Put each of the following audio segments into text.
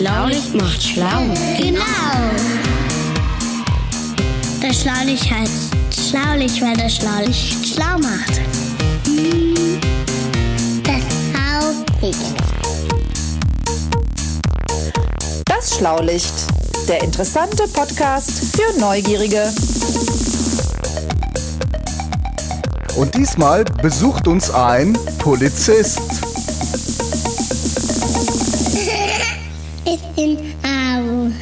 Schlaulicht macht schlau. Genau. Das Schlaulicht heißt Schlaulicht, weil das Schlaulicht schlau macht. Das Schlaulicht. Das Schlaulicht, der interessante Podcast für Neugierige. Und diesmal besucht uns ein Polizist. Ich bin Au.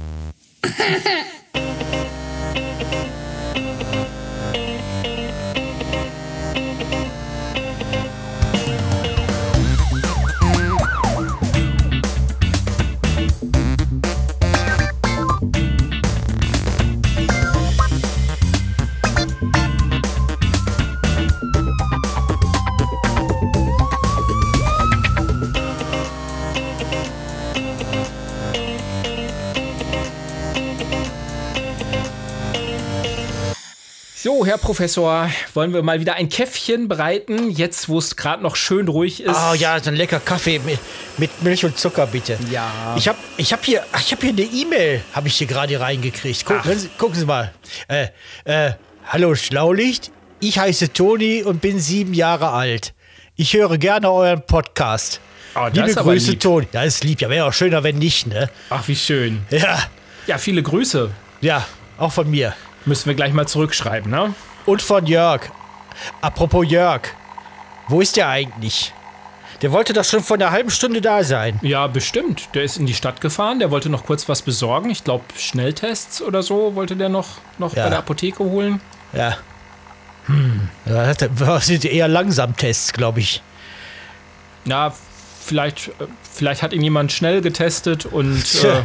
So, Herr Professor, wollen wir mal wieder ein Käffchen bereiten, jetzt wo es gerade noch schön ruhig ist? Oh ja, so ein lecker Kaffee mit Milch und Zucker, bitte. Ja. Ich hab hier eine E-Mail, habe ich hier gerade reingekriegt. Gucken Sie mal. Hallo Schlaulicht, ich heiße Toni und bin 7 Jahre alt. Ich höre gerne euren Podcast. Oh, das Liebe ist aber Grüße, lieb. Toni. Ja, ist lieb. Ja, wäre auch schöner, wenn nicht, ne? Ach, wie schön. Ja, Ja, viele Grüße. ja, auch von mir. Müssen wir gleich mal zurückschreiben, ne? Und von Jörg. Apropos Jörg, wo ist der eigentlich? Der wollte doch schon vor einer halben Stunde da sein. Ja, bestimmt. Der ist in die Stadt gefahren, der wollte noch kurz was besorgen. Ich glaube, Schnelltests oder so wollte der noch Ja. bei der Apotheke holen. Ja. Ja, das sind eher Langsamtests, glaube ich. Ja, vielleicht hat ihn jemand schnell getestet und... Tja.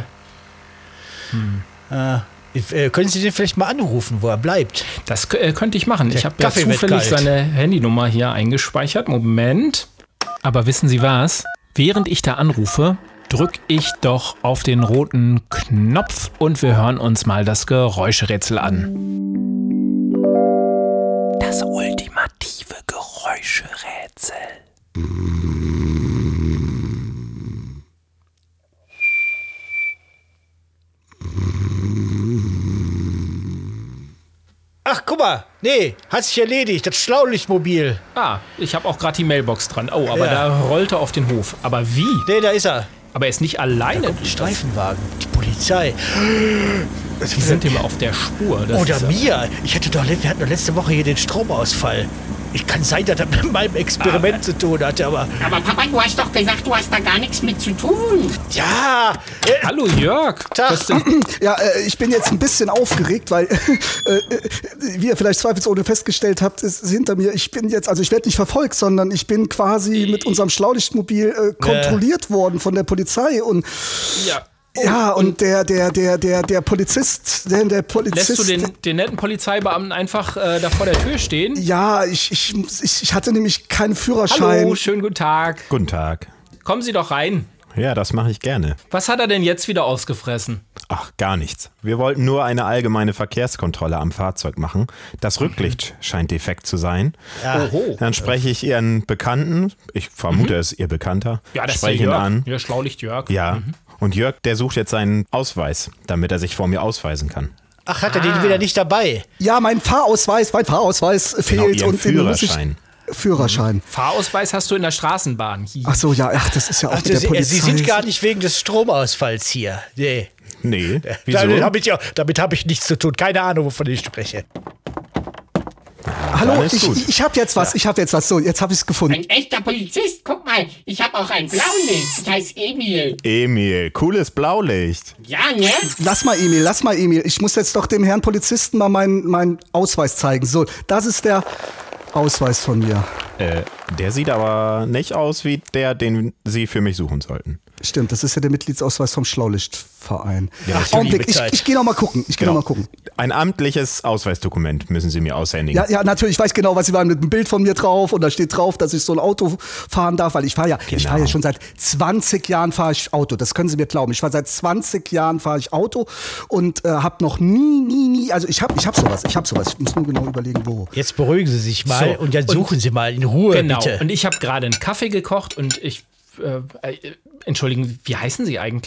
Können Sie den vielleicht mal anrufen, wo er bleibt? Das könnte ich machen. Ich habe ja Kaffee wird zufällig kalt. seine Handynummer hier eingespeichert. Moment. Aber wissen Sie was? Während ich da anrufe, drücke ich doch auf den roten Knopf und wir hören uns mal das Geräuscherätsel an. Das ultimative Geräuscherätsel. Ach, guck mal. Nee, hat sich erledigt. Das Schlaulichtmobil. Ah, ich habe auch gerade die Mailbox dran. Oh, aber Ja. da rollte auf den Hof. Aber wie? Nee, da ist er. Aber er ist nicht alleine. Streifenwagen. Die Polizei. Die sind immer auf der Spur. Das Oder ist ja- mir. Wir hatten doch letzte Woche hier den Stromausfall. Kann sein, dass das mit meinem Experiment zu tun hatte, aber... Aber Papa, du hast doch gesagt, du hast da gar nichts mit zu tun. Ja! Hallo Jörg. Tag. Was denn? Ja, ich bin jetzt ein bisschen aufgeregt, weil, wie ihr vielleicht zweifelsohne festgestellt habt, ist hinter mir, ich werde nicht verfolgt, sondern ich bin quasi mit unserem Schlaulichtmobil kontrolliert worden von der Polizei und Ja. ja, und der Polizist, Lässt du den netten Polizeibeamten einfach da vor der Tür stehen? ja, ich hatte nämlich keinen Führerschein. Hallo, schönen guten Tag. Guten Tag. Kommen Sie doch rein. Ja, das mache ich gerne. Was hat er denn jetzt wieder ausgefressen? Ach, gar nichts. Wir wollten nur eine allgemeine Verkehrskontrolle am Fahrzeug machen. Das Rücklicht scheint defekt zu sein. Oho. Dann spreche ich Ihren Bekannten, ich vermute, es ist Ihr Bekannter, Ja, das ist der spreche ihn Jörg. an. Ja, Schlaulicht Jörg. Ja, und Jörg, der sucht jetzt seinen Ausweis, damit er sich vor mir ausweisen kann. Ach, hat er den wieder nicht dabei? Ja, mein Fahrausweis fehlt Genau, Ihren und den muss ich... Führerschein. Führerschein. Fahrrausweis hast du in der Straßenbahn. Ach so, ja, das ist ja auch Ach, mit der Polizei. Sie sind gar nicht wegen des Stromausfalls hier. Nee. Nee, wieso? Damit hab ich nichts zu tun. Keine Ahnung, wovon ich spreche. Hallo, Alles gut. ich habe jetzt was. So, jetzt habe ich es gefunden. Ein echter Polizist. Guck mal, ich habe auch ein Blaulicht. Ich heiße Emil. Emil, cooles Blaulicht. Ja, ne? Lass mal, Emil. Ich muss jetzt doch dem Herrn Polizisten mal meinen Ausweis zeigen. So, das ist der Ausweis von mir. Der sieht aber nicht aus wie der, den Sie für mich suchen sollten. Stimmt, das ist ja der Mitgliedsausweis vom Schlaulichtverein. Ja, Ach, du Augenblick, liebe Zeit. ich gehe noch mal gucken. Ein amtliches Ausweisdokument müssen Sie mir aushändigen. Ja, natürlich, ich weiß genau, was Sie meinen, mit einem Bild von mir drauf und da steht drauf, dass ich so ein Auto fahren darf, weil ich fahre ja schon seit 20 Jahren fahre ich Auto, das können Sie mir glauben. Ich fahre seit 20 Jahren fahre ich Auto und habe noch nie, also ich hab sowas. Ich muss nur genau überlegen, wo. Jetzt beruhigen Sie sich mal So, und dann suchen Sie mal in Ruhe, Genau. bitte. Und ich habe gerade einen Kaffee gekocht und entschuldigen, wie heißen Sie eigentlich?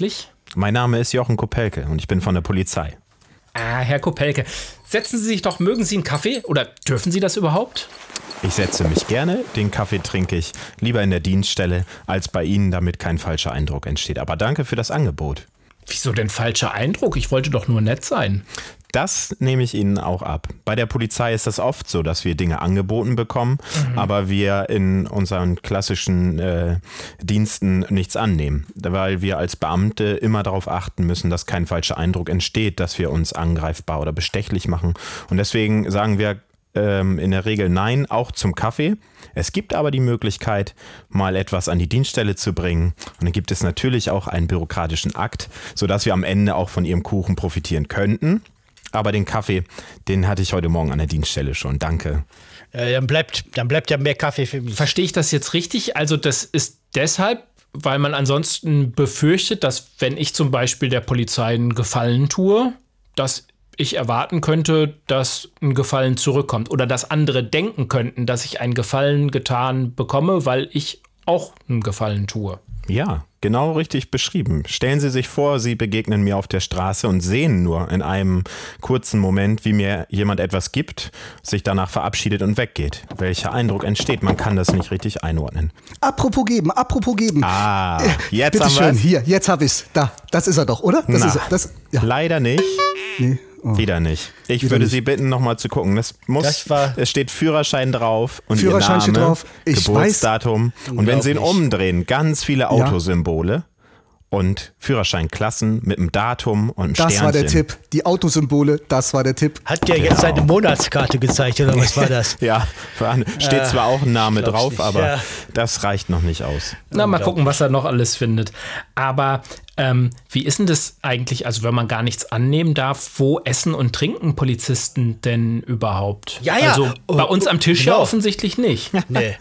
Mein Name ist Jochen Kopelke und ich bin von der Polizei. Ah, Herr Kopelke, setzen Sie sich doch, mögen Sie einen Kaffee oder dürfen Sie das überhaupt? Ich setze mich gerne, den Kaffee trinke ich lieber in der Dienststelle als bei Ihnen, damit kein falscher Eindruck entsteht. Aber danke für das Angebot. Wieso denn falscher Eindruck? Ich wollte doch nur nett sein. Das nehme ich Ihnen auch ab. Bei der Polizei ist das oft so, dass wir Dinge angeboten bekommen, aber wir in unseren klassischen Diensten nichts annehmen, weil wir als Beamte immer darauf achten müssen, dass kein falscher Eindruck entsteht, dass wir uns angreifbar oder bestechlich machen. Und deswegen sagen wir in der Regel nein, auch zum Kaffee. Es gibt aber die Möglichkeit, mal etwas an die Dienststelle zu bringen. Und dann gibt es natürlich auch einen bürokratischen Akt, sodass wir am Ende auch von Ihrem Kuchen profitieren könnten. Aber den Kaffee, den hatte ich heute Morgen an der Dienststelle schon. Danke. Dann bleibt ja mehr Kaffee für mich. Verstehe ich das jetzt richtig? Also das ist deshalb, weil man ansonsten befürchtet, dass wenn ich zum Beispiel der Polizei einen Gefallen tue, dass ich erwarten könnte, dass ein Gefallen zurückkommt oder dass andere denken könnten, dass ich einen Gefallen getan bekomme, weil ich auch einen Gefallen tue. Ja, genau richtig beschrieben. Stellen Sie sich vor, Sie begegnen mir auf der Straße und sehen nur in einem kurzen Moment, wie mir jemand etwas gibt, sich danach verabschiedet und weggeht. Welcher Eindruck entsteht? Man kann das nicht richtig einordnen. Apropos geben. Ah, jetzt bitte haben schön, wir's. hier, jetzt hab ich's. Da, das ist er doch, oder? Das ist er. Das, ja. Leider nicht. Nee. Oh. Wieder nicht. Ich Wieder würde nicht. Sie bitten, nochmal zu gucken. Es steht Führerschein drauf und Führerschein Ihr Name, steht drauf. Ich Geburtsdatum. Und wenn Sie ihn Unglaublich. umdrehen, ganz viele Autosymbole und Führerscheinklassen mit einem Datum und einem Das Sternchen. war der Tipp. Die Autosymbole, das war der Tipp. Hat der jetzt seine Monatskarte gezeigt oder was war das? Ja, steht zwar auch ein Name glaub's drauf, nicht, aber ja. das reicht noch nicht aus. Na, mal gucken, was er noch alles findet. Aber wie ist denn das eigentlich, also wenn man gar nichts annehmen darf, wo essen und trinken Polizisten denn überhaupt? Ja, ja. Also bei uns am Tisch ja Genau. offensichtlich nicht. Nee.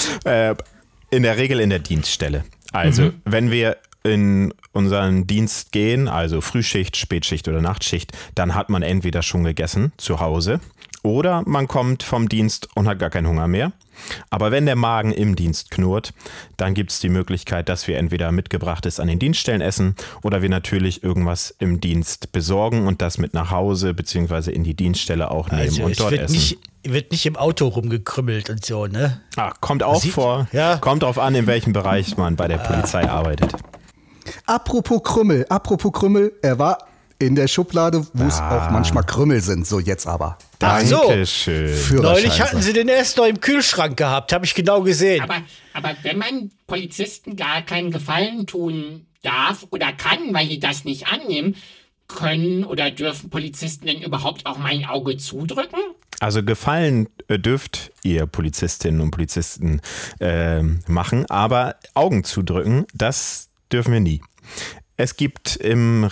In der Regel in der Dienststelle. Also, wenn wir in unseren Dienst gehen, also Frühschicht, Spätschicht oder Nachtschicht, dann hat man entweder schon gegessen zu Hause oder man kommt vom Dienst und hat gar keinen Hunger mehr. Aber wenn der Magen im Dienst knurrt, dann gibt es die Möglichkeit, dass wir entweder mitgebrachtes an den Dienststellen essen oder wir natürlich irgendwas im Dienst besorgen und das mit nach Hause bzw. in die Dienststelle auch nehmen Also und es dort essen. wird nicht im Auto rumgekrümmelt und so, ne? Kommt auch vor. Ja. Kommt drauf an, in welchem Bereich man bei der Polizei arbeitet. Apropos Krümmel, er war in der Schublade, wo es auch manchmal Krümmel sind. So, jetzt aber. Ach so. Dankeschön. Neulich hatten sie den erst noch im Kühlschrank gehabt, habe ich genau gesehen. Aber wenn man Polizisten gar keinen Gefallen tun darf oder kann, weil die das nicht annehmen, können oder dürfen Polizisten denn überhaupt auch mein Auge zudrücken? Also Gefallen dürft ihr Polizistinnen und Polizisten machen, aber Augen zudrücken, das dürfen wir nie. Es gibt im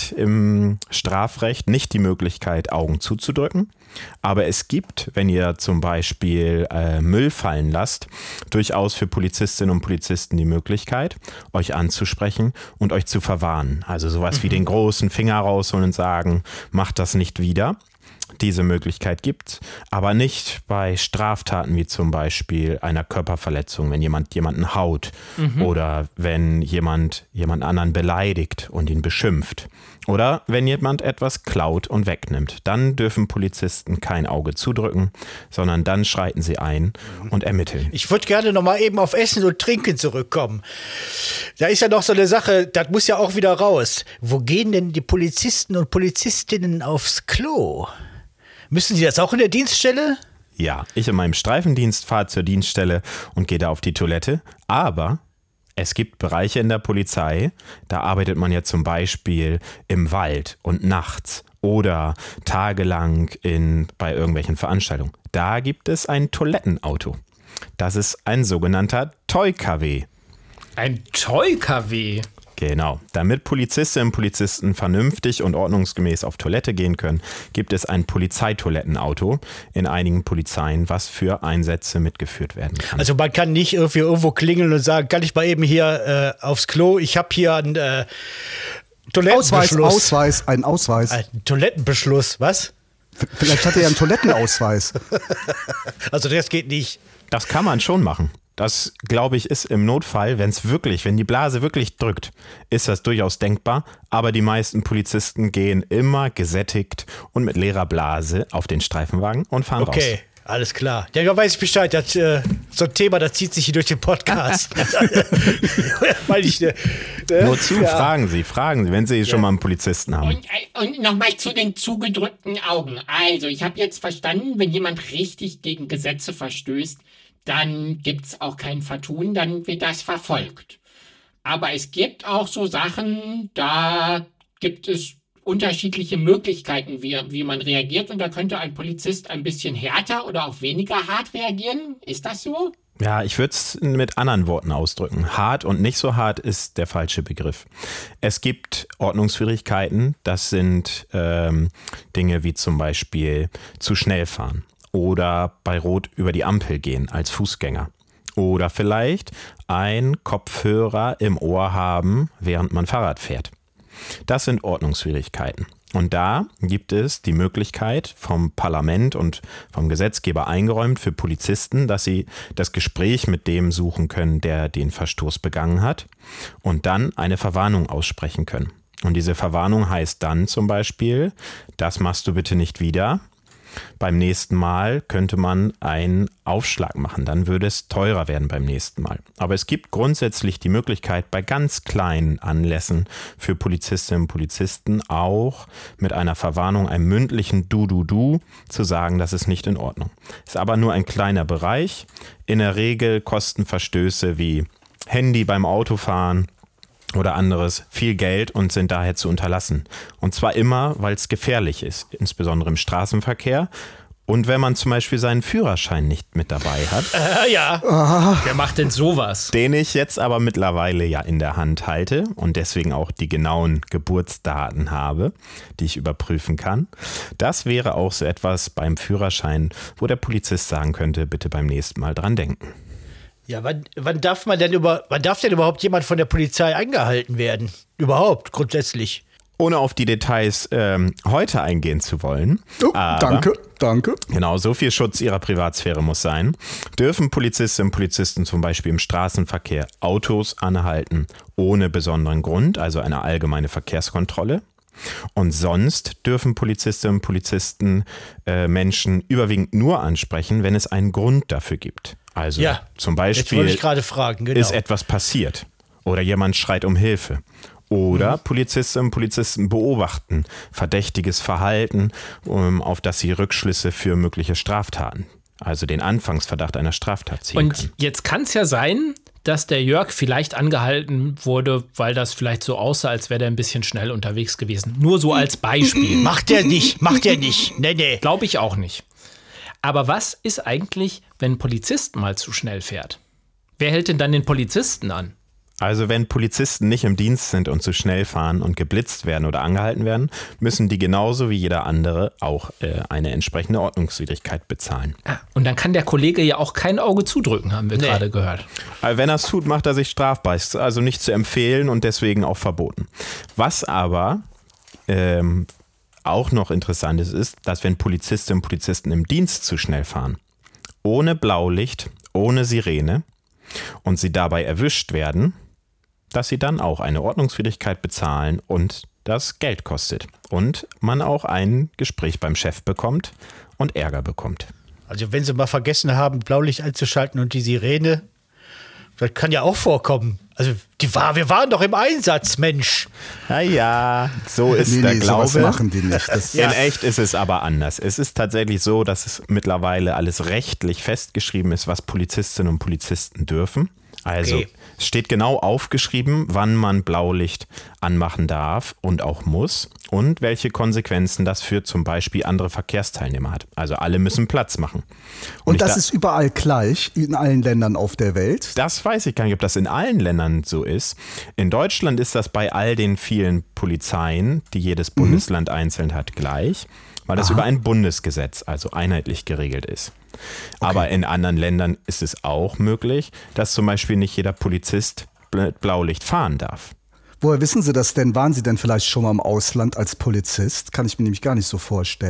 Strafrecht nicht die Möglichkeit, Augen zuzudrücken. Aber es gibt, wenn ihr zum Beispiel Müll fallen lasst, durchaus für Polizistinnen und Polizisten die Möglichkeit, euch anzusprechen und euch zu verwarnen. Also sowas wie den großen Finger rausholen und sagen, macht das nicht wieder. Diese Möglichkeit gibt's, aber nicht bei Straftaten wie zum Beispiel einer Körperverletzung, wenn jemand jemanden haut oder wenn jemand anderen beleidigt und ihn beschimpft oder wenn jemand etwas klaut und wegnimmt. Dann dürfen Polizisten kein Auge zudrücken, sondern dann schreiten sie ein und ermitteln. Ich würde gerne noch mal eben auf Essen und Trinken zurückkommen. Da ist ja noch so eine Sache, das muss ja auch wieder raus. Wo gehen denn die Polizisten und Polizistinnen aufs Klo? Müssen sie das auch in der Dienststelle? Ja, ich in meinem Streifendienst fahre zur Dienststelle und gehe da auf die Toilette, aber es gibt Bereiche in der Polizei, da arbeitet man ja zum Beispiel im Wald und nachts oder tagelang bei irgendwelchen Veranstaltungen. Da gibt es ein Toilettenauto. Das ist ein sogenannter Toy-KW. Ein Toy-KW? Genau. Damit Polizistinnen und Polizisten vernünftig und ordnungsgemäß auf Toilette gehen können, gibt es ein Polizeitoilettenauto in einigen Polizeien, was für Einsätze mitgeführt werden kann. Also man kann nicht irgendwo klingeln und sagen, kann ich mal eben hier aufs Klo? Ich habe hier einen Toilettenbeschluss. Einen Ausweis. Ein Toilettenbeschluss, was? Vielleicht hat er ja einen Toilettenausweis. Also das geht nicht. Das kann man schon machen. Das, glaube ich, ist im Notfall, wenn die Blase wirklich drückt, ist das durchaus denkbar. Aber die meisten Polizisten gehen immer gesättigt und mit leerer Blase auf den Streifenwagen und fahren raus. Okay, alles klar. Ja, da weiß ich Bescheid. Das, so ein Thema, das zieht sich hier durch den Podcast. Nur zu, fragen Sie, wenn Sie schon mal einen Polizisten haben. Und nochmal zu den zugedrückten Augen. Also, ich habe jetzt verstanden, wenn jemand richtig gegen Gesetze verstößt, dann gibt's auch kein Vertun, dann wird das verfolgt. Aber es gibt auch so Sachen, da gibt es unterschiedliche Möglichkeiten, wie man reagiert. Und da könnte ein Polizist ein bisschen härter oder auch weniger hart reagieren. Ist das so? Ja, ich würde es mit anderen Worten ausdrücken. Hart und nicht so hart ist der falsche Begriff. Es gibt Ordnungswidrigkeiten, das sind Dinge wie zum Beispiel zu schnell fahren oder bei Rot über die Ampel gehen als Fußgänger oder vielleicht ein Kopfhörer im Ohr haben, während man Fahrrad fährt. Das sind Ordnungswidrigkeiten. Und da gibt es die Möglichkeit vom Parlament und vom Gesetzgeber eingeräumt für Polizisten, dass sie das Gespräch mit dem suchen können, der den Verstoß begangen hat und dann eine Verwarnung aussprechen können. Und diese Verwarnung heißt dann zum Beispiel, das machst du bitte nicht wieder. Beim nächsten Mal könnte man einen Aufschlag machen, dann würde es teurer werden beim nächsten Mal. Aber es gibt grundsätzlich die Möglichkeit, bei ganz kleinen Anlässen für Polizistinnen und Polizisten auch mit einer Verwarnung, einem mündlichen Du zu sagen, das ist nicht in Ordnung. Ist aber nur ein kleiner Bereich. In der Regel kosten Verstöße wie Handy beim Autofahren oder anderes viel Geld und sind daher zu unterlassen. Und zwar immer, weil es gefährlich ist, insbesondere im Straßenverkehr. Und wenn man zum Beispiel seinen Führerschein nicht mit dabei hat. Ja. Wer macht denn sowas? Den ich jetzt aber mittlerweile ja in der Hand halte und deswegen auch die genauen Geburtsdaten habe, die ich überprüfen kann. Das wäre auch so etwas beim Führerschein, wo der Polizist sagen könnte, bitte beim nächsten Mal dran denken. Ja, wann darf denn überhaupt jemand von der Polizei eingehalten werden? Überhaupt, grundsätzlich. Ohne auf die Details heute eingehen zu wollen. Oh, danke. Genau, so viel Schutz ihrer Privatsphäre muss sein. Dürfen Polizistinnen und Polizisten zum Beispiel im Straßenverkehr Autos anhalten ohne besonderen Grund, also eine allgemeine Verkehrskontrolle? Und sonst dürfen Polizistinnen und Polizisten Menschen überwiegend nur ansprechen, wenn es einen Grund dafür gibt. Also zum Beispiel wollte ich gerade fragen, genau. Ist etwas passiert oder jemand schreit um Hilfe. Oder Polizistinnen und Polizisten beobachten verdächtiges Verhalten, auf das sie Rückschlüsse für mögliche Straftaten, also den Anfangsverdacht einer Straftat ziehen können. Und jetzt kann es ja sein, dass der Jörg vielleicht angehalten wurde, weil das vielleicht so aussah, als wäre der ein bisschen schnell unterwegs gewesen. Nur so als Beispiel. Macht der nicht. Nee. Glaube ich auch nicht. Aber was ist eigentlich, wenn ein Polizist mal zu schnell fährt? Wer hält denn dann den Polizisten an? Also wenn Polizisten nicht im Dienst sind und zu schnell fahren und geblitzt werden oder angehalten werden, müssen die genauso wie jeder andere auch eine entsprechende Ordnungswidrigkeit bezahlen. Und dann kann der Kollege ja auch kein Auge zudrücken, haben wir gerade gehört. Aber wenn er es tut, macht er sich strafbar. Ist also nicht zu empfehlen und deswegen auch verboten. Was aber auch noch interessant ist, dass wenn Polizistinnen und Polizisten im Dienst zu schnell fahren, ohne Blaulicht, ohne Sirene und sie dabei erwischt werden, dass sie dann auch eine Ordnungswidrigkeit bezahlen und das Geld kostet. Und man auch ein Gespräch beim Chef bekommt und Ärger bekommt. Also wenn sie mal vergessen haben, Blaulicht einzuschalten und die Sirene, das kann ja auch vorkommen. Also wir waren doch im Einsatz, Mensch. Ja, so ist der Glaube. Sowas machen die nicht. In echt ist es aber anders. Es ist tatsächlich so, dass es mittlerweile alles rechtlich festgeschrieben ist, was Polizistinnen und Polizisten dürfen. Also es steht genau aufgeschrieben, wann man Blaulicht anmachen darf und auch muss und welche Konsequenzen das für zum Beispiel andere Verkehrsteilnehmer hat. Also alle müssen Platz machen. Und das ist überall gleich, in allen Ländern auf der Welt? Das weiß ich gar nicht, ob das in allen Ländern so ist. In Deutschland ist das bei all den vielen Polizeien, die jedes Bundesland einzeln hat, gleich, weil das über ein Bundesgesetz, also einheitlich geregelt ist. Okay. Aber in anderen Ländern ist es auch möglich, dass zum Beispiel nicht jeder Polizist Blaulicht fahren darf. Woher wissen Sie das denn? Waren Sie denn vielleicht schon mal im Ausland als Polizist? Kann ich mir nämlich gar nicht so vorstellen.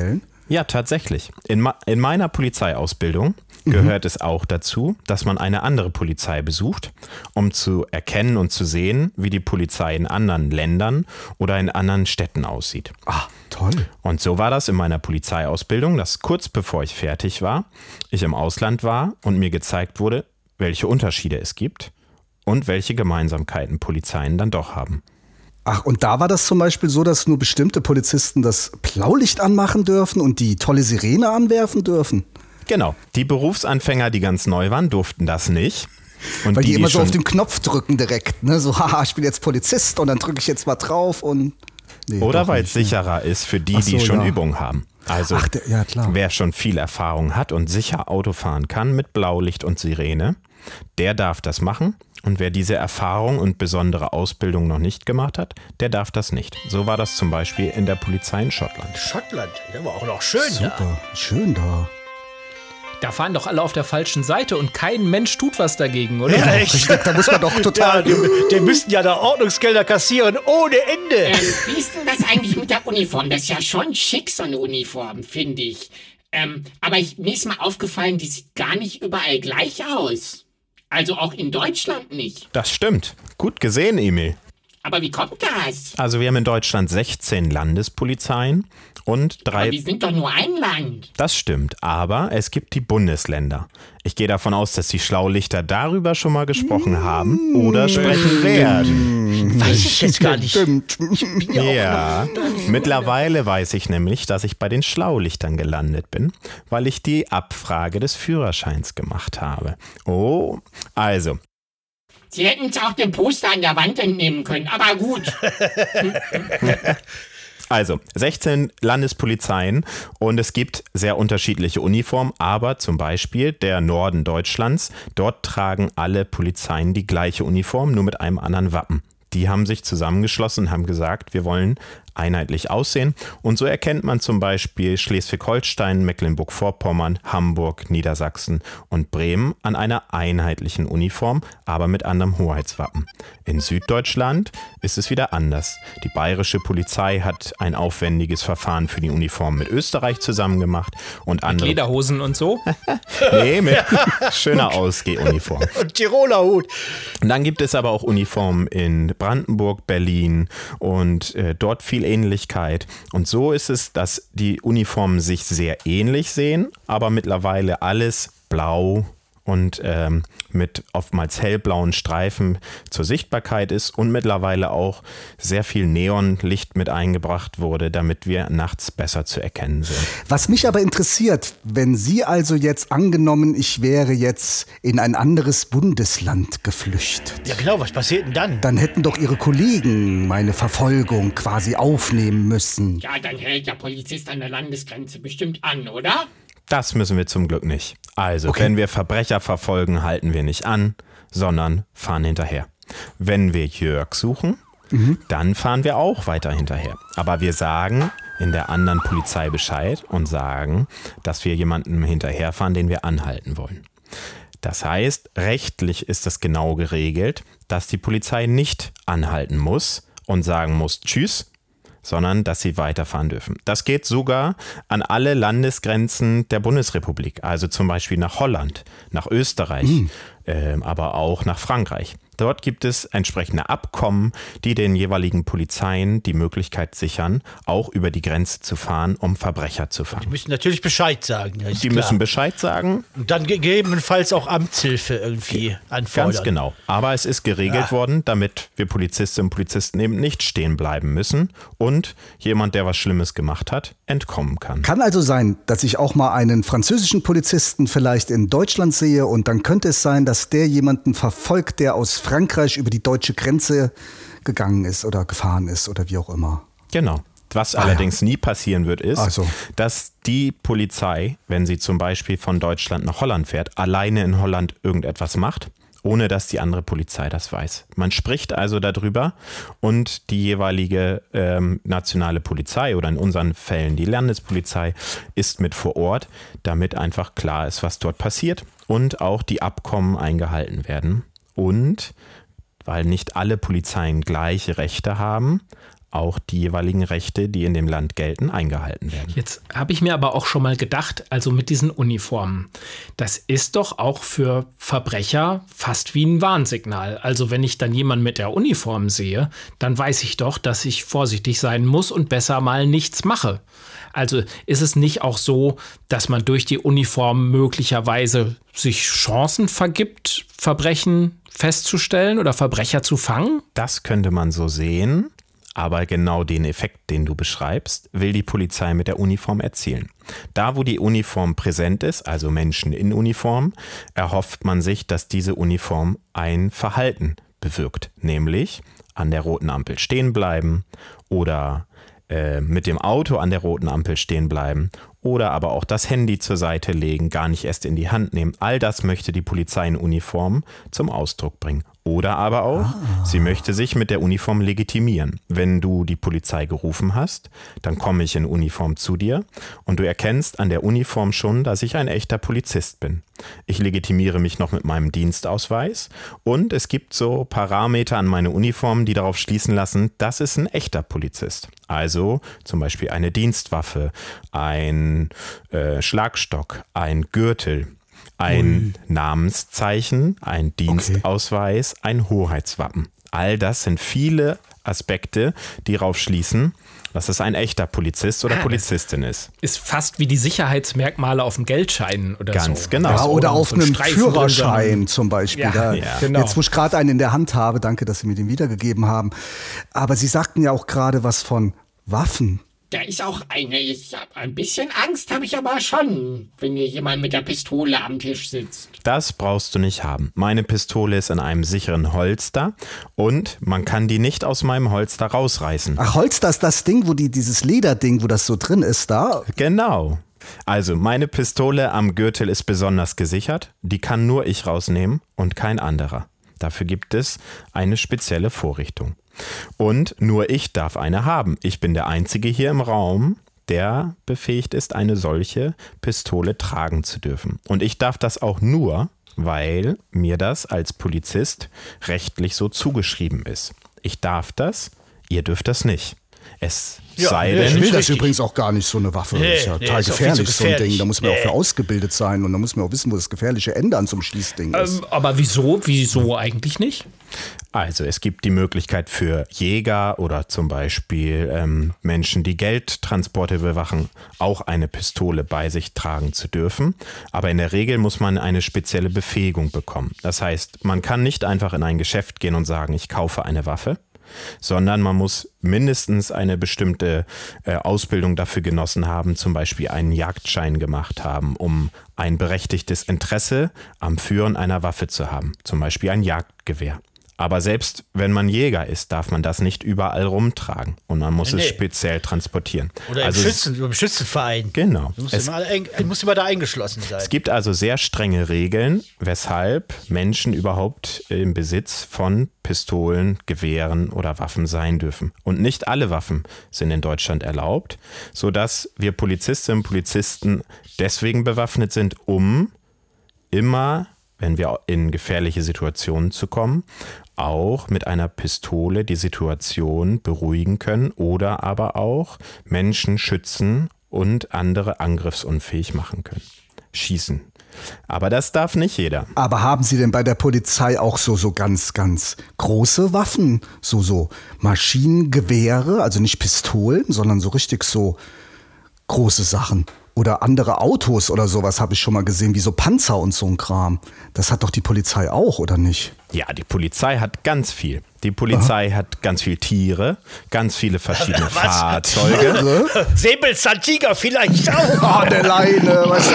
Ja, tatsächlich. In meiner Polizeiausbildung gehört es auch dazu, dass man eine andere Polizei besucht, um zu erkennen und zu sehen, wie die Polizei in anderen Ländern oder in anderen Städten aussieht. Ah, toll. Und so war das in meiner Polizeiausbildung, dass kurz bevor ich fertig war, ich im Ausland war und mir gezeigt wurde, welche Unterschiede es gibt und welche Gemeinsamkeiten Polizeien dann doch haben. Ach, und da war das zum Beispiel so, dass nur bestimmte Polizisten das Blaulicht anmachen dürfen und die tolle Sirene anwerfen dürfen? Genau, die Berufsanfänger, die ganz neu waren, durften das nicht. Und weil die immer so auf den Knopf drücken direkt, ne? So, haha, ich bin jetzt Polizist und dann drücke ich jetzt mal drauf und... Nee, oder weil es sicherer ist für die, die schon Übung haben. Also ja, klar. Wer schon viel Erfahrung hat und sicher Auto fahren kann mit Blaulicht und Sirene, der darf das machen. Und wer diese Erfahrung und besondere Ausbildung noch nicht gemacht hat, der darf das nicht. So war das zum Beispiel in der Polizei in Schottland. Schottland, ja, war auch noch schön da. Super, schön da. Da fahren doch alle auf der falschen Seite und kein Mensch tut was dagegen, oder? Ja, echt. Da muss man doch total... Ja, die müssten ja da Ordnungsgelder kassieren ohne Ende. Wie ist denn das eigentlich mit der Uniform? Das ist ja schon schick, so eine Uniform, finde ich. Aber mir ist mal aufgefallen, die sieht gar nicht überall gleich aus. Also auch in Deutschland nicht. Das stimmt. Gut gesehen, Emil. Aber wie kommt das? Also wir haben in Deutschland 16 Landespolizeien und 3... Aber wir sind doch nur ein Land. Das stimmt, aber es gibt die Bundesländer. Ich gehe davon aus, dass die Schlaulichter darüber schon mal gesprochen haben oder sprechen werden. Weiß ich jetzt gar nicht. Ja, mittlerweile weiß ich nämlich, dass ich bei den Schlaulichtern gelandet bin, weil ich die Abfrage des Führerscheins gemacht habe. Oh, also... Sie hätten uns auch den Poster an der Wand entnehmen können, aber gut. Also, 16 Landespolizeien und es gibt sehr unterschiedliche Uniformen, aber zum Beispiel der Norden Deutschlands, dort tragen alle Polizeien die gleiche Uniform, nur mit einem anderen Wappen. Die haben sich zusammengeschlossen und haben gesagt, wir wollen einheitlich aussehen. Und so erkennt man zum Beispiel Schleswig-Holstein, Mecklenburg-Vorpommern, Hamburg, Niedersachsen und Bremen an einer einheitlichen Uniform, aber mit anderem Hoheitswappen. In Süddeutschland ist es wieder anders. Die bayerische Polizei hat ein aufwendiges Verfahren für die Uniform mit Österreich zusammen gemacht und andere... Mit Lederhosen und so? Nee, mit schöner Ausgehuniform. Und Tiroler Hut. Und dann gibt es aber auch Uniformen in Brandenburg, Berlin und dort viel Ähnlichkeit. Und so ist es, dass die Uniformen sich sehr ähnlich sehen, aber mittlerweile alles blau und mit oftmals hellblauen Streifen zur Sichtbarkeit ist und mittlerweile auch sehr viel Neonlicht mit eingebracht wurde, damit wir nachts besser zu erkennen sind. Was mich aber interessiert, wenn Sie also jetzt angenommen, ich wäre jetzt in ein anderes Bundesland geflüchtet. Ja genau, was passiert denn dann? Dann hätten doch Ihre Kollegen meine Verfolgung quasi aufnehmen müssen. Ja, dann hält der Polizist an der Landesgrenze bestimmt an, oder? Das müssen wir zum Glück nicht. Also, wenn wir Verbrecher verfolgen, halten wir nicht an, sondern fahren hinterher. Wenn wir Jörg suchen, dann fahren wir auch weiter hinterher. Aber wir sagen in der anderen Polizei Bescheid und sagen, dass wir jemanden hinterherfahren, den wir anhalten wollen. Das heißt, rechtlich ist das genau geregelt, dass die Polizei nicht anhalten muss und sagen muss, tschüss, sondern dass sie weiterfahren dürfen. Das geht sogar an alle Landesgrenzen der Bundesrepublik, also zum Beispiel nach Holland, nach Österreich, aber auch nach Frankreich. Dort gibt es entsprechende Abkommen, die den jeweiligen Polizeien die Möglichkeit sichern, auch über die Grenze zu fahren, um Verbrecher zu fangen. Die müssen natürlich Bescheid sagen. Ja, Die müssen Bescheid sagen. Und dann gegebenenfalls auch Amtshilfe irgendwie anfordern. Ganz genau. Aber es ist geregelt worden, damit wir Polizistinnen und Polizisten eben nicht stehen bleiben müssen und jemand, der was Schlimmes gemacht hat, entkommen kann. Kann also sein, dass ich auch mal einen französischen Polizisten vielleicht in Deutschland sehe und dann könnte es sein, dass der jemanden verfolgt, der aus Frankreich über die deutsche Grenze gegangen ist oder gefahren ist oder wie auch immer. Genau. Was allerdings nie passieren wird, ist, dass die Polizei, wenn sie zum Beispiel von Deutschland nach Holland fährt, alleine in Holland irgendetwas macht, ohne dass die andere Polizei das weiß. Man spricht also darüber und die jeweilige nationale Polizei oder in unseren Fällen die Landespolizei ist mit vor Ort, damit einfach klar ist, was dort passiert und auch die Abkommen eingehalten werden. Und weil nicht alle Polizeien gleiche Rechte haben, auch die jeweiligen Rechte, die in dem Land gelten, eingehalten werden. Jetzt habe ich mir aber auch schon mal gedacht, also mit diesen Uniformen, das ist doch auch für Verbrecher fast wie ein Warnsignal. Also wenn ich dann jemanden mit der Uniform sehe, dann weiß ich doch, dass ich vorsichtig sein muss und besser mal nichts mache. Also ist es nicht auch so, dass man durch die Uniform möglicherweise sich Chancen vergibt, Verbrechen festzustellen oder Verbrecher zu fangen? Das könnte man so sehen, aber genau den Effekt, den du beschreibst, will die Polizei mit der Uniform erzielen. Da, wo die Uniform präsent ist, also Menschen in Uniform, erhofft man sich, dass diese Uniform ein Verhalten bewirkt, nämlich an der roten Ampel stehen bleiben oder mit dem Auto an der roten Ampel stehen bleiben oder aber auch das Handy zur Seite legen, gar nicht erst in die Hand nehmen. All das möchte die Polizei in Uniform zum Ausdruck bringen. Oder aber auch, sie möchte sich mit der Uniform legitimieren. Wenn du die Polizei gerufen hast, dann komme ich in Uniform zu dir und du erkennst an der Uniform schon, dass ich ein echter Polizist bin. Ich legitimiere mich noch mit meinem Dienstausweis und es gibt so Parameter an meine Uniform, die darauf schließen lassen, das ist ein echter Polizist. Also zum Beispiel eine Dienstwaffe, ein Schlagstock, ein Gürtel, ein Namenszeichen, ein Dienstausweis, ein Hoheitswappen. All das sind viele Aspekte, die darauf schließen, dass es ein echter Polizist oder Polizistin ist. Ist fast wie die Sicherheitsmerkmale auf dem Geldschein oder so. Ganz genau. Ja, oder auf so ein einem Streifen Führerschein zum Beispiel. Genau. Jetzt, wo ich gerade einen in der Hand habe, danke, dass Sie mir den wiedergegeben haben. Aber Sie sagten ja auch gerade was von Waffen. Da ist auch eine. Ich hab ein bisschen Angst habe ich aber schon, wenn hier jemand mit der Pistole am Tisch sitzt. Das brauchst du nicht haben. Meine Pistole ist in einem sicheren Holster und man kann die nicht aus meinem Holster rausreißen. Ach, Holster ist das Ding, wo dieses Lederding, wo das so drin ist, da? Genau. Also meine Pistole am Gürtel ist besonders gesichert. Die kann nur ich rausnehmen und kein anderer. Dafür gibt es eine spezielle Vorrichtung. Und nur ich darf eine haben. Ich bin der Einzige hier im Raum, der befähigt ist, eine solche Pistole tragen zu dürfen. Und ich darf das auch nur, weil mir das als Polizist rechtlich so zugeschrieben ist. Ich darf das, ihr dürft das nicht. Es sei denn, Ich will das richtig. übrigens auch gar nicht, so eine Waffe. Das ist ja total ist auch viel zu gefährlich, so ein Ding. gefährlich. Da muss man auch für ausgebildet sein und da muss man auch wissen, wo das gefährliche Ende an so einem Schießding ist. Aber wieso eigentlich nicht? Also es gibt die Möglichkeit für Jäger oder zum Beispiel Menschen, die Geldtransporte bewachen, auch eine Pistole bei sich tragen zu dürfen. Aber in der Regel muss man eine spezielle Befähigung bekommen. Das heißt, man kann nicht einfach in ein Geschäft gehen und sagen, ich kaufe eine Waffe, sondern man muss mindestens eine bestimmte Ausbildung dafür genossen haben, zum Beispiel einen Jagdschein gemacht haben, um ein berechtigtes Interesse am Führen einer Waffe zu haben, zum Beispiel ein Jagdgewehr. Aber selbst wenn man Jäger ist, darf man das nicht überall rumtragen und man muss es speziell transportieren. Oder im Schützenverein. Genau. Du musst immer da eingeschlossen sein. Es gibt also sehr strenge Regeln, weshalb Menschen überhaupt im Besitz von Pistolen, Gewehren oder Waffen sein dürfen. Und nicht alle Waffen sind in Deutschland erlaubt, sodass wir Polizistinnen und Polizisten deswegen bewaffnet sind, um immer, wenn wir in gefährliche Situationen zu kommen, auch mit einer Pistole die Situation beruhigen können oder aber auch Menschen schützen und andere angriffsunfähig machen können. Schießen. Aber das darf nicht jeder. Aber haben Sie denn bei der Polizei auch so ganz, ganz große Waffen? So Maschinengewehre, also nicht Pistolen, sondern so richtig so große Sachen? Oder andere Autos oder sowas habe ich schon mal gesehen, wie so Panzer und so ein Kram. Das hat doch die Polizei auch, oder nicht? Ja, die Polizei hat ganz viel. Die Polizei hat ganz viel Tiere, ganz viele verschiedene Fahrzeuge. Säbelzahntiger vielleicht auch. Oh, der Leine, weißt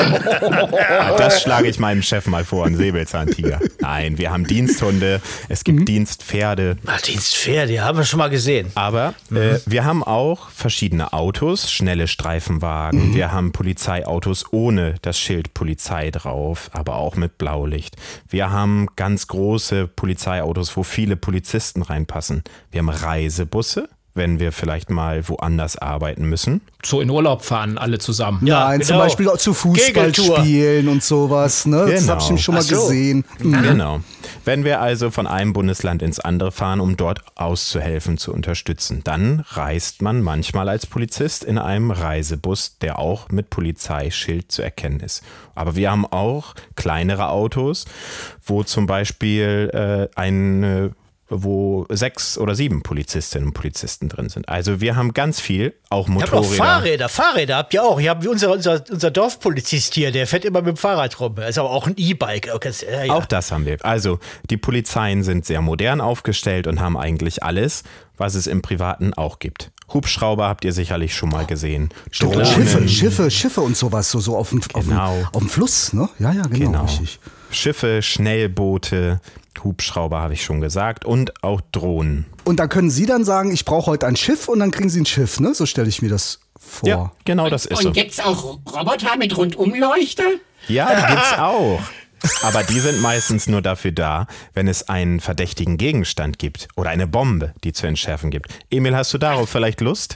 du? Das schlage ich meinem Chef mal vor, ein Säbelzahntiger. Nein, wir haben Diensthunde, es gibt Dienstpferde. Dienstpferde, haben wir schon mal gesehen. Aber wir haben auch verschiedene Autos, schnelle Streifenwagen. Wir haben Polizeiautos ohne das Schild Polizei drauf, aber auch mit Blaulicht. Wir haben ganz große Polizeiautos, wo viele Polizisten reinpassen. Wir haben Reisebusse, wenn wir vielleicht mal woanders arbeiten müssen. So in Urlaub fahren alle zusammen. Ja, genau. zum Beispiel auch zu Fußballspielen und sowas. Ne? Das habe ich nämlich schon mal gesehen. Genau. Wenn wir also von einem Bundesland ins andere fahren, um dort auszuhelfen, zu unterstützen, dann reist man manchmal als Polizist in einem Reisebus, der auch mit Polizeischild zu erkennen ist. Aber wir haben auch kleinere Autos, wo zum Beispiel wo 6 oder 7 Polizistinnen und Polizisten drin sind. Also wir haben ganz viel, auch Motorräder. Ich habe auch Fahrräder habt ihr auch. Ihr habt unser Dorfpolizist hier, der fährt immer mit dem Fahrrad rum. Das ist aber auch ein E-Bike. Ja. Auch das haben wir. Also die Polizeien sind sehr modern aufgestellt und haben eigentlich alles, was es im Privaten auch gibt. Hubschrauber habt ihr sicherlich schon mal gesehen. Schiffe und sowas, so auf dem Fluss, ne? Ja, genau. Richtig. Schiffe, Schnellboote, Hubschrauber habe ich schon gesagt und auch Drohnen. Und da können Sie dann sagen, ich brauche heute ein Schiff und dann kriegen Sie ein Schiff, ne? So stelle ich mir das vor. Ja, genau, das ist so. Und gibt's auch Roboter mit Rundumleuchter? Ja, die gibt's auch. Aber die sind meistens nur dafür da, wenn es einen verdächtigen Gegenstand gibt oder eine Bombe, die zu entschärfen gibt. Emil, hast du darauf vielleicht Lust?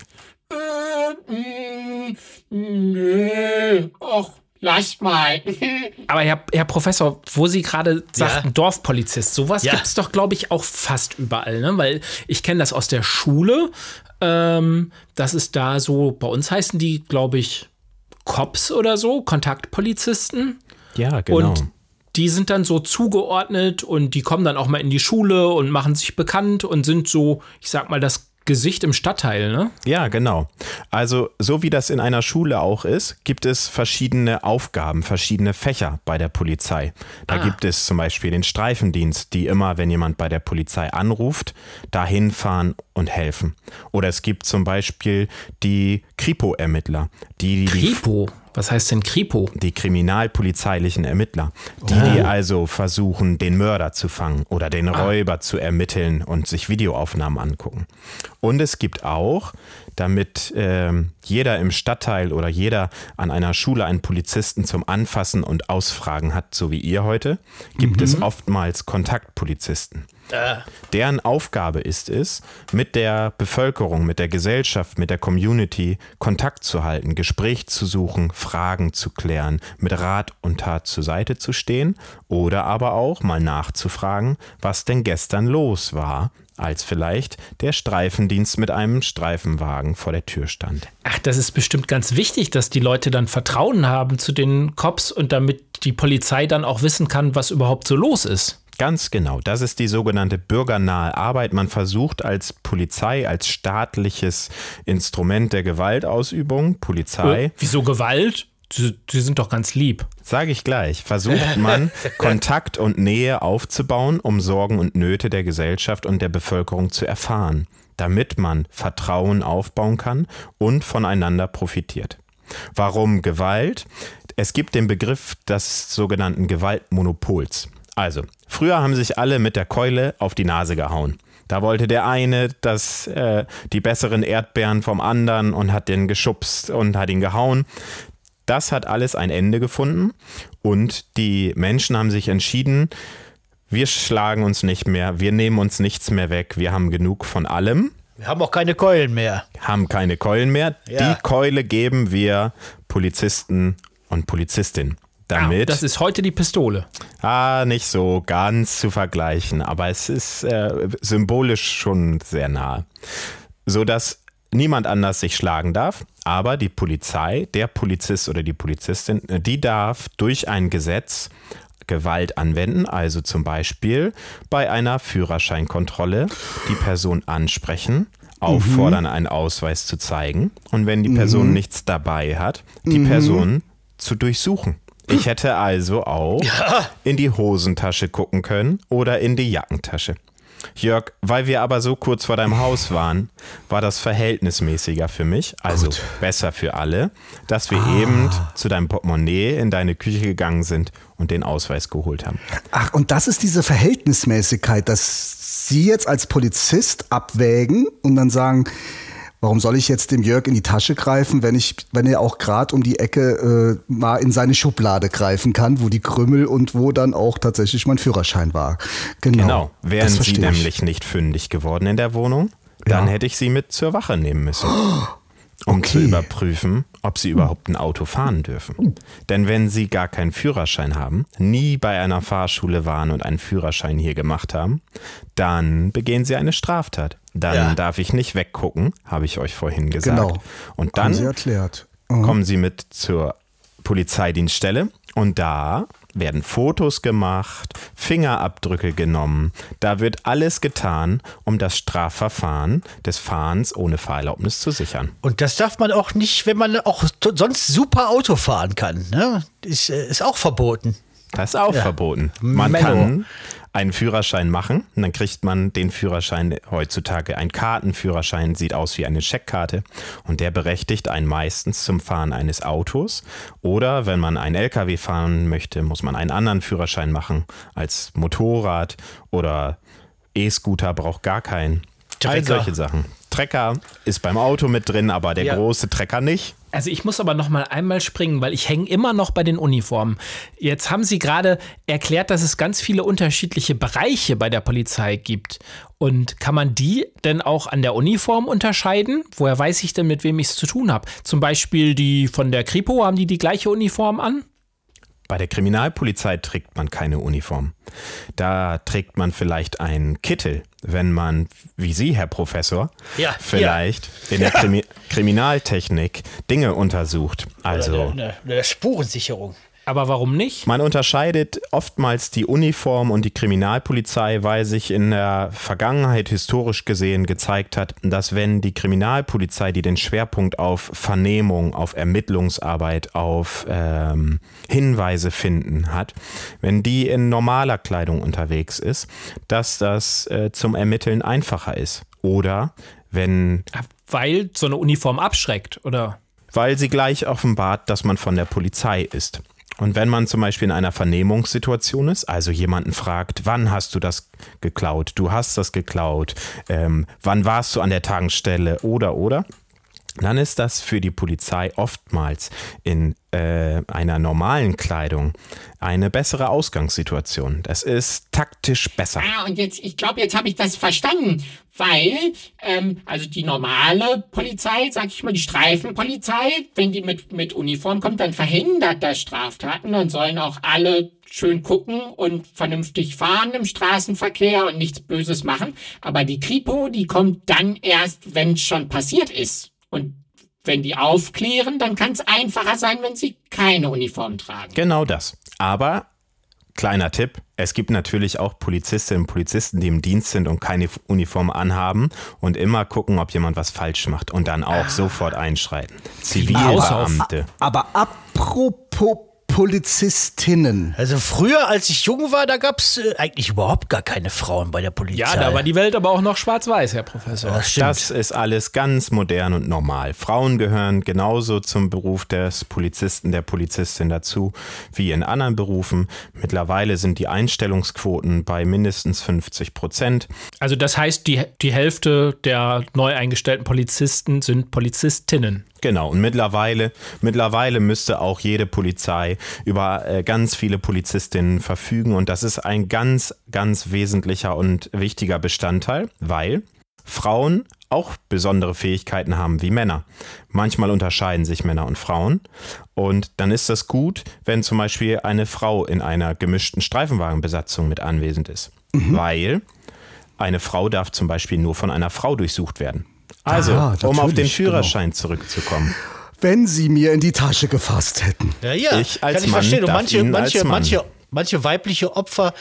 Nö. Och, lass mal. Aber Herr Professor, wo Sie gerade sagten, Dorfpolizist, sowas gibt's doch, glaube ich, auch fast überall, ne? Weil ich kenne das aus der Schule. Das ist da so, bei uns heißen die, glaube ich, Cops oder so, Kontaktpolizisten. Ja, genau. Und die sind dann so zugeordnet und die kommen dann auch mal in die Schule und machen sich bekannt und sind so, ich sag mal, das Gesicht im Stadtteil, ne? Ja, genau. Also so wie das in einer Schule auch ist, gibt es verschiedene Aufgaben, verschiedene Fächer bei der Polizei. Da gibt es zum Beispiel den Streifendienst, die immer, wenn jemand bei der Polizei anruft, dahin fahren und helfen. Oder es gibt zum Beispiel die Kripo-Ermittler. Kripo? Was heißt denn Kripo? Die kriminalpolizeilichen Ermittler, die also versuchen, den Mörder zu fangen oder den Räuber zu ermitteln und sich Videoaufnahmen angucken. Und es gibt auch, damit jeder im Stadtteil oder jeder an einer Schule einen Polizisten zum Anfassen und Ausfragen hat, so wie ihr heute, gibt es oftmals Kontaktpolizisten. Deren Aufgabe ist es, mit der Bevölkerung, mit der Gesellschaft, mit der Community Kontakt zu halten, Gespräch zu suchen, Fragen zu klären, mit Rat und Tat zur Seite zu stehen oder aber auch mal nachzufragen, was denn gestern los war, als vielleicht der Streifendienst mit einem Streifenwagen vor der Tür stand. Ach, das ist bestimmt ganz wichtig, dass die Leute dann Vertrauen haben zu den Cops und damit die Polizei dann auch wissen kann, was überhaupt so los ist. Ganz genau, das ist die sogenannte bürgernahe Arbeit. Man versucht als Polizei, als staatliches Instrument der Gewaltausübung, Polizei. Wieso Gewalt? Sie sind doch ganz lieb. Sage ich gleich. Versucht man, Kontakt und Nähe aufzubauen, um Sorgen und Nöte der Gesellschaft und der Bevölkerung zu erfahren, damit man Vertrauen aufbauen kann und voneinander profitiert. Warum Gewalt? Es gibt den Begriff des sogenannten Gewaltmonopols. Also, früher haben sich alle mit der Keule auf die Nase gehauen. Da wollte der eine die besseren Erdbeeren vom anderen und hat den geschubst und hat ihn gehauen. Das hat alles ein Ende gefunden und die Menschen haben sich entschieden, wir schlagen uns nicht mehr, wir nehmen uns nichts mehr weg, wir haben genug von allem. Wir haben auch keine Keulen mehr. Ja. Die Keule geben wir Polizisten und Polizistinnen. Damit, das ist heute die Pistole. Nicht so ganz zu vergleichen, aber es ist symbolisch schon sehr nah. Sodass niemand anders sich schlagen darf, aber die Polizei, der Polizist oder die Polizistin, die darf durch ein Gesetz Gewalt anwenden, also zum Beispiel bei einer Führerscheinkontrolle die Person ansprechen, auffordern, einen Ausweis zu zeigen und wenn die Person nichts dabei hat, die Person zu durchsuchen. Ich hätte also auch in die Hosentasche gucken können oder in die Jackentasche. Jörg, weil wir aber so kurz vor deinem Haus waren, war das verhältnismäßiger für mich, also besser für alle, dass wir eben zu deinem Portemonnaie in deine Küche gegangen sind und den Ausweis geholt haben. Ach, und das ist diese Verhältnismäßigkeit, dass Sie jetzt als Polizist abwägen und dann sagen, warum soll ich jetzt dem Jörg in die Tasche greifen, wenn er auch gerade um die Ecke mal in seine Schublade greifen kann, wo die Krümel und wo dann auch tatsächlich mein Führerschein war. Genau. Wären Sie nämlich nicht fündig geworden in der Wohnung, dann hätte ich Sie mit zur Wache nehmen müssen. um zu überprüfen, ob sie überhaupt ein Auto fahren dürfen. Denn wenn sie gar keinen Führerschein haben, nie bei einer Fahrschule waren und einen Führerschein hier gemacht haben, dann begehen sie eine Straftat. Dann darf ich nicht weggucken, habe ich euch vorhin gesagt. Genau. Und dann Haben Sie erklärt. kommen sie mit zur Polizeidienststelle und da werden Fotos gemacht, Fingerabdrücke genommen. Da wird alles getan, um das Strafverfahren des Fahrens ohne Fahrerlaubnis zu sichern. Und das darf man auch nicht, wenn man auch sonst super Auto fahren kann. Ne? Ist auch verboten. Das ist auch verboten. Man kann einen Führerschein machen und dann kriegt man den Führerschein heutzutage. Ein Kartenführerschein sieht aus wie eine Scheckkarte und der berechtigt einen meistens zum Fahren eines Autos. Oder wenn man einen LKW fahren möchte, muss man einen anderen Führerschein machen als Motorrad oder E-Scooter braucht gar keinen. All solche Sachen. Trecker ist beim Auto mit drin, aber der große Trecker nicht. Also ich muss aber noch mal einmal springen, weil ich hänge immer noch bei den Uniformen. Jetzt haben Sie gerade erklärt, dass es ganz viele unterschiedliche Bereiche bei der Polizei gibt. Und kann man die denn auch an der Uniform unterscheiden? Woher weiß ich denn, mit wem ich es zu tun habe? Zum Beispiel die von der Kripo, haben die gleiche Uniform an? Bei der Kriminalpolizei trägt man keine Uniform. Da trägt man vielleicht einen Kittel, wenn man, wie Sie, Herr Professor, vielleicht in der Kriminaltechnik Dinge untersucht. Also eine Spurensicherung. Aber warum nicht? Man unterscheidet oftmals die Uniform und die Kriminalpolizei, weil sich in der Vergangenheit historisch gesehen gezeigt hat, dass wenn die Kriminalpolizei, die den Schwerpunkt auf Vernehmung, auf Ermittlungsarbeit, auf Hinweise finden hat, wenn die in normaler Kleidung unterwegs ist, dass das zum Ermitteln einfacher ist. Oder wenn... Weil so eine Uniform abschreckt, oder? Weil sie gleich offenbart, dass man von der Polizei ist. Und wenn man zum Beispiel in einer Vernehmungssituation ist, also jemanden fragt, wann hast du das geklaut, du hast das geklaut, wann warst du an der Tankstelle oder, dann ist das für die Polizei oftmals in einer normalen Kleidung eine bessere Ausgangssituation. Das ist taktisch besser. Und ich glaube, jetzt habe ich das verstanden, weil, also die normale Polizei, sag ich mal, die Streifenpolizei, wenn die mit Uniform kommt, dann verhindert das Straftaten, dann sollen auch alle schön gucken und vernünftig fahren im Straßenverkehr und nichts Böses machen. Aber die Kripo, die kommt dann erst, wenn es schon passiert ist. Und wenn die aufklären, dann kann es einfacher sein, wenn sie keine Uniform tragen. Genau das. Aber, kleiner Tipp, es gibt natürlich auch Polizistinnen und Polizisten, die im Dienst sind und keine Uniform anhaben und immer gucken, ob jemand was falsch macht und dann auch sofort einschreiten. Zivilbeamte. Aber apropos Polizistinnen. Also früher, als ich jung war, da gab es eigentlich überhaupt gar keine Frauen bei der Polizei. Ja, da war die Welt aber auch noch schwarz-weiß, Herr Professor. Das ist alles ganz modern und normal. Frauen gehören genauso zum Beruf des Polizisten, der Polizistin dazu, wie in anderen Berufen. Mittlerweile sind die Einstellungsquoten bei mindestens 50%. Also das heißt, die Hälfte der neu eingestellten Polizisten sind Polizistinnen. Genau, und mittlerweile müsste auch jede Polizei über ganz viele Polizistinnen verfügen und das ist ein ganz, ganz wesentlicher und wichtiger Bestandteil, weil Frauen auch besondere Fähigkeiten haben wie Männer. Manchmal unterscheiden sich Männer und Frauen und dann ist das gut, wenn zum Beispiel eine Frau in einer gemischten Streifenwagenbesatzung mit anwesend ist, weil eine Frau darf zum Beispiel nur von einer Frau durchsucht werden. Also, um auf den Führerschein zurückzukommen. Wenn Sie mir in die Tasche gefasst hätten. Ja, ich als kann ich Mann verstehen. Und darf Ihnen als Mann. manche weibliche Opfer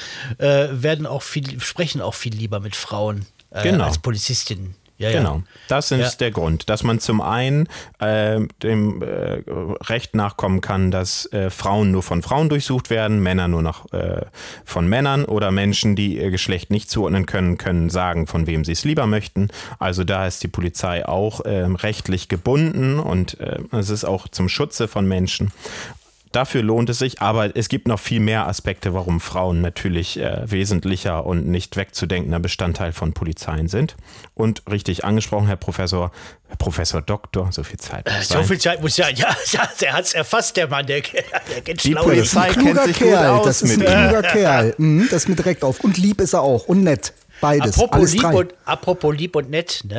sprechen auch viel lieber mit Frauen als Polizistinnen. Ja, genau, das ist der Grund, dass man zum einen dem Recht nachkommen kann, dass Frauen nur von Frauen durchsucht werden, Männer nur noch von Männern oder Menschen, die ihr Geschlecht nicht zuordnen können sagen, von wem sie es lieber möchten. Also da ist die Polizei auch rechtlich gebunden und es ist auch zum Schutze von Menschen. Dafür lohnt es sich, aber es gibt noch viel mehr Aspekte, warum Frauen natürlich wesentlicher und nicht wegzudenkender Bestandteil von Polizeien sind. Und richtig angesprochen, Herr Professor Doktor, so viel Zeit muss sein. So viel Zeit muss sein. Ja, der hat es erfasst, der Mann, der kennt Die schlau. Polizei kennt sich gut aus. Das ist ein kluger Kerl. Das ist mir direkt auf. Und lieb ist er auch. Und nett. Beides. Alles drei. Apropos lieb und nett, ne?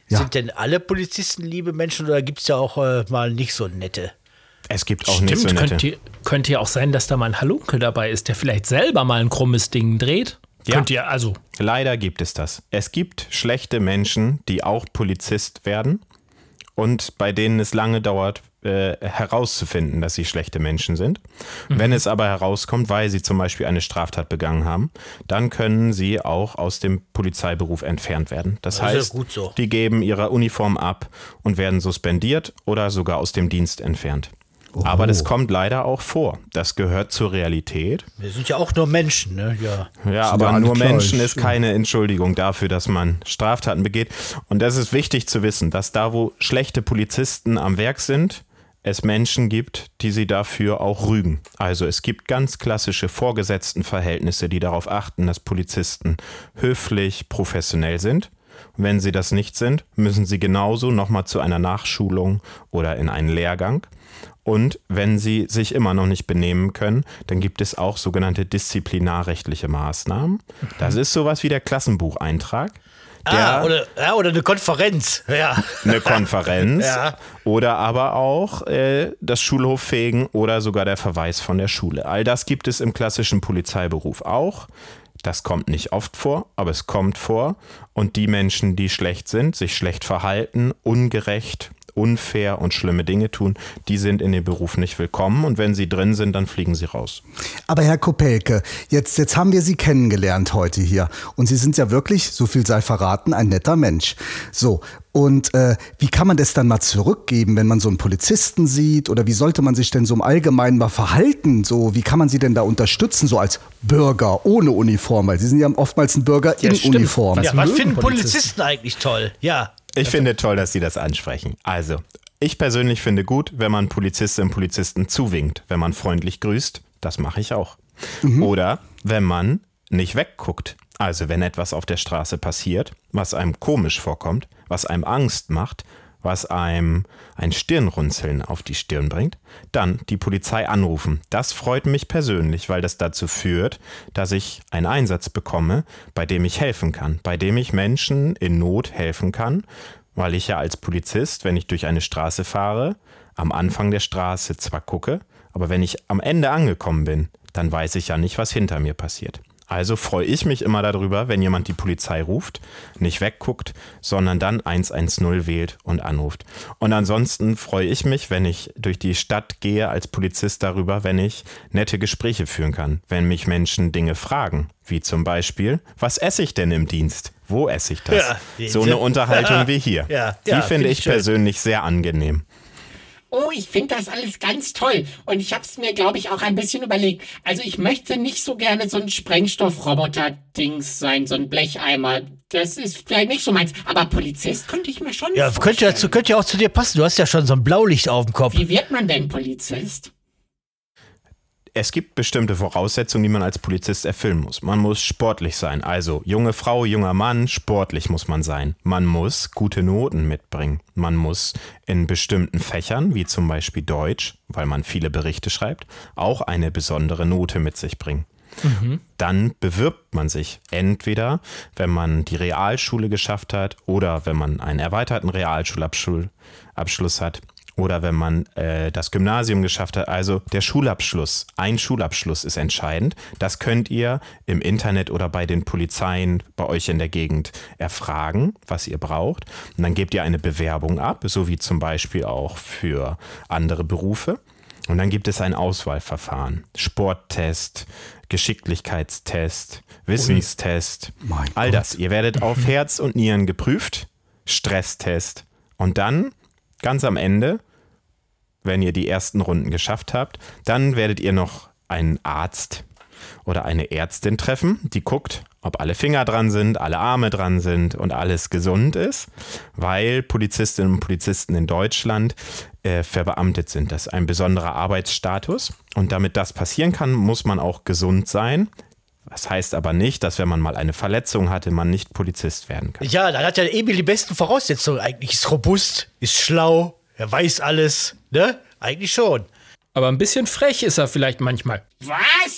Ja. Sind denn alle Polizisten liebe Menschen oder gibt es ja auch mal nicht so nette? Es gibt auch nicht so nette. Könnte ja auch sein, dass da mal ein Halunke dabei ist, der vielleicht selber mal ein krummes Ding dreht. Ja. Leider gibt es das. Es gibt schlechte Menschen, die auch Polizist werden und bei denen es lange dauert, herauszufinden, dass sie schlechte Menschen sind. Wenn es aber herauskommt, weil sie zum Beispiel eine Straftat begangen haben, dann können sie auch aus dem Polizeiberuf entfernt werden. Das heißt, gut so. die geben ihre Uniform ab und werden suspendiert oder sogar aus dem Dienst entfernt. Aber das kommt leider auch vor. Das gehört zur Realität. Wir sind ja auch nur Menschen, ne? Ja. Ja, aber nur Menschen ist keine Entschuldigung dafür, dass man Straftaten begeht. Und das ist wichtig zu wissen, dass da, wo schlechte Polizisten am Werk sind, es Menschen gibt, die sie dafür auch rügen. Also es gibt ganz klassische Vorgesetztenverhältnisse, die darauf achten, dass Polizisten höflich, professionell sind. Und wenn sie das nicht sind, müssen sie genauso nochmal zu einer Nachschulung oder in einen Lehrgang. Und wenn sie sich immer noch nicht benehmen können, dann gibt es auch sogenannte disziplinarrechtliche Maßnahmen. Das ist sowas wie der Klassenbucheintrag. Oder eine Konferenz. Ja. Eine Konferenz. Ja. Oder aber auch das Schulhoffegen oder sogar der Verweis von der Schule. All das gibt es im klassischen Polizeiberuf auch. Das kommt nicht oft vor, aber es kommt vor. Und die Menschen, die schlecht sind, sich schlecht verhalten, ungerecht, unfair und schlimme Dinge tun, die sind in dem Beruf nicht willkommen. Und wenn sie drin sind, dann fliegen sie raus. Aber Herr Kopelke, jetzt haben wir Sie kennengelernt heute hier. Und Sie sind ja wirklich, so viel sei verraten, ein netter Mensch. So, und wie kann man das dann mal zurückgeben, wenn man so einen Polizisten sieht? Oder wie sollte man sich denn so im Allgemeinen mal verhalten? So, wie kann man Sie denn da unterstützen, so als Bürger ohne Uniform? Weil Sie sind ja oftmals ein Bürger in Uniform. Was finden Polizisten eigentlich toll? Ja. Ich finde toll, dass Sie das ansprechen. Also, ich persönlich finde gut, wenn man Polizistinnen und Polizisten zuwinkt, wenn man freundlich grüßt. Das mache ich auch. Oder wenn man nicht wegguckt. Also, wenn etwas auf der Straße passiert, was einem komisch vorkommt, was einem Angst macht, was einem ein Stirnrunzeln auf die Stirn bringt, dann die Polizei anrufen. Das freut mich persönlich, weil das dazu führt, dass ich einen Einsatz bekomme, bei dem ich helfen kann, bei dem ich Menschen in Not helfen kann, weil ich ja als Polizist, wenn ich durch eine Straße fahre, am Anfang der Straße zwar gucke, aber wenn ich am Ende angekommen bin, dann weiß ich ja nicht, was hinter mir passiert. Also freue ich mich immer darüber, wenn jemand die Polizei ruft, nicht wegguckt, sondern dann 110 wählt und anruft. Und ansonsten freue ich mich, wenn ich durch die Stadt gehe als Polizist darüber, wenn ich nette Gespräche führen kann, wenn mich Menschen Dinge fragen, wie zum Beispiel, was esse ich denn im Dienst? Wo esse ich das? Ja, so eine Unterhaltung wie hier. Die finde ich persönlich sehr angenehm. Oh, ich finde das alles ganz toll. Und ich habe es mir, glaube ich, auch ein bisschen überlegt. Also ich möchte nicht so gerne so ein Sprengstoffroboter-Dings sein, so ein Blecheimer. Das ist vielleicht nicht so meins. Aber Polizist könnte ich mir schon vorstellen. Könnte ja auch zu dir passen. Du hast ja schon so ein Blaulicht auf dem Kopf. Wie wird man denn Polizist? Es gibt bestimmte Voraussetzungen, die man als Polizist erfüllen muss. Man muss sportlich sein. Also junge Frau, junger Mann, sportlich muss man sein. Man muss gute Noten mitbringen. Man muss in bestimmten Fächern, wie zum Beispiel Deutsch, weil man viele Berichte schreibt, auch eine besondere Note mit sich bringen. Dann bewirbt man sich entweder, wenn man die Realschule geschafft hat oder wenn man einen erweiterten Realschulabschluss hat. Oder wenn man das Gymnasium geschafft hat, also der Schulabschluss. Ein Schulabschluss ist entscheidend. Das könnt ihr im Internet oder bei den Polizeien bei euch in der Gegend erfragen, was ihr braucht. Und dann gebt ihr eine Bewerbung ab, so wie zum Beispiel auch für andere Berufe. Und dann gibt es ein Auswahlverfahren. Sporttest, Geschicklichkeitstest, Wissenstest, all das. Ihr werdet auf Herz und Nieren geprüft, Stresstest. Und dann, ganz am Ende, wenn ihr die ersten Runden geschafft habt, dann werdet ihr noch einen Arzt oder eine Ärztin treffen, die guckt, ob alle Finger dran sind, alle Arme dran sind und alles gesund ist, weil Polizistinnen und Polizisten in Deutschland verbeamtet sind. Das ist ein besonderer Arbeitsstatus und damit das passieren kann, muss man auch gesund sein. Das heißt aber nicht, dass wenn man mal eine Verletzung hatte, man nicht Polizist werden kann. Ja, dann hat ja Emil die besten Voraussetzungen. Eigentlich ist robust, ist schlau, er weiß alles, ne? Eigentlich schon. Aber ein bisschen frech ist er vielleicht manchmal. Was?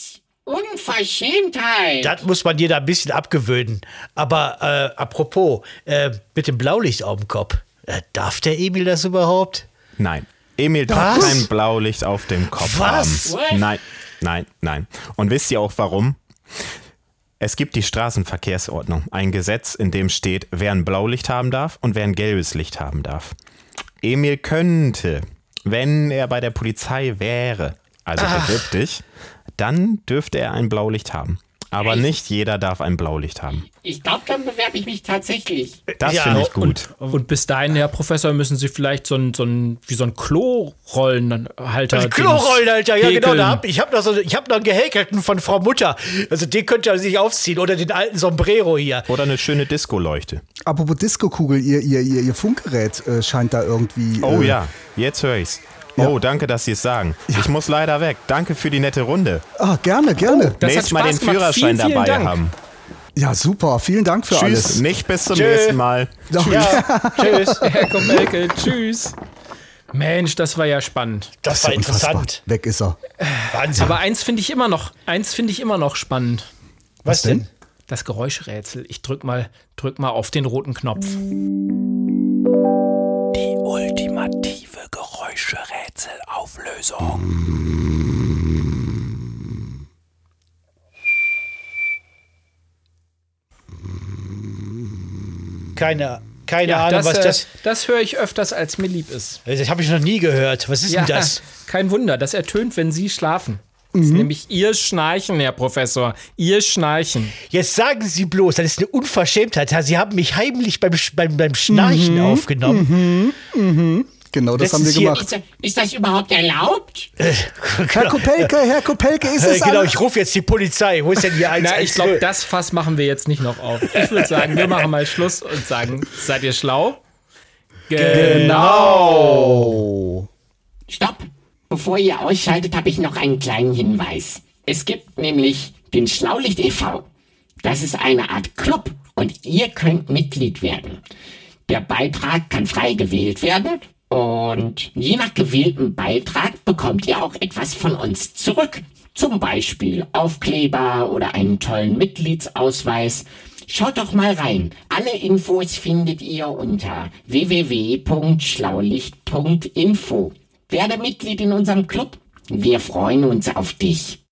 Unverschämtheit. Das muss man dir da ein bisschen abgewöhnen. Aber apropos, mit dem Blaulicht auf dem Kopf. Darf der Emil das überhaupt? Nein. Emil darf kein Blaulicht auf dem Kopf Was? haben. Nein. Und wisst ihr auch warum? Es gibt die Straßenverkehrsordnung, ein Gesetz, in dem steht, wer ein Blaulicht haben darf und wer ein gelbes Licht haben darf. Emil könnte, wenn er bei der Polizei wäre, also bewirb dich, dann dürfte er ein Blaulicht haben. Aber nicht jeder darf ein Blaulicht haben. Ich glaube, dann bewerbe ich mich tatsächlich. Das finde ich gut. Und bis dahin, Herr Professor, müssen Sie vielleicht so ein Klorollenhalter. Klorollenhalter, ja genau. häkeln. Ich habe noch einen gehäkelten von Frau Mutter. Also den könnt ihr sich aufziehen. Oder den alten Sombrero hier. Oder eine schöne Disco-Leuchte. Apropos Disco-Kugel, ihr Funkgerät scheint da irgendwie... Oh ja, jetzt höre ich's. Oh, danke, dass Sie es sagen. Ich muss leider weg. Danke für die nette Runde. Ah, gerne. Das hat Nächstes Mal den Spaß gemacht. Führerschein Vielen dabei Dank. haben. Ja, super. Vielen Dank für Tschüss, alles. nicht bis zum nächsten Mal. Ja, tschüss. Herr Kopelke, tschüss. Mensch, das war ja spannend. Das war interessant. Weg ist er. Wahnsinn. Aber eins finde ich immer noch spannend. was denn? Das Geräuschrätsel. Ich drück mal auf den roten Knopf. Die ultimative Geräuschrätselauflösung. Keine Ahnung, was das... Das höre ich öfters, als mir lieb ist. Das habe ich noch nie gehört. Was ist denn das? Kein Wunder. Das ertönt, wenn Sie schlafen. Das ist nämlich Ihr Schnarchen, Herr Professor. Ihr Schnarchen. Jetzt sagen Sie bloß, das ist eine Unverschämtheit. Sie haben mich heimlich beim Schnarchen aufgenommen. Genau, das haben wir gemacht. Ist das überhaupt erlaubt? Herr Kopelke, ist es Genau, alles? ich rufe jetzt die Polizei. Wo ist denn die 110? Na, ich glaube, das Fass machen wir jetzt nicht noch auf. Ich würde sagen, wir machen mal Schluss und sagen, seid ihr schlau? Genau. Stopp! Bevor ihr ausschaltet, habe ich noch einen kleinen Hinweis. Es gibt nämlich den Schlaulicht e.V. Das ist eine Art Club und ihr könnt Mitglied werden. Der Beitrag kann frei gewählt werden und je nach gewähltem Beitrag bekommt ihr auch etwas von uns zurück. Zum Beispiel Aufkleber oder einen tollen Mitgliedsausweis. Schaut doch mal rein. Alle Infos findet ihr unter www.schlaulicht.info. Werde Mitglied in unserem Club. Wir freuen uns auf dich.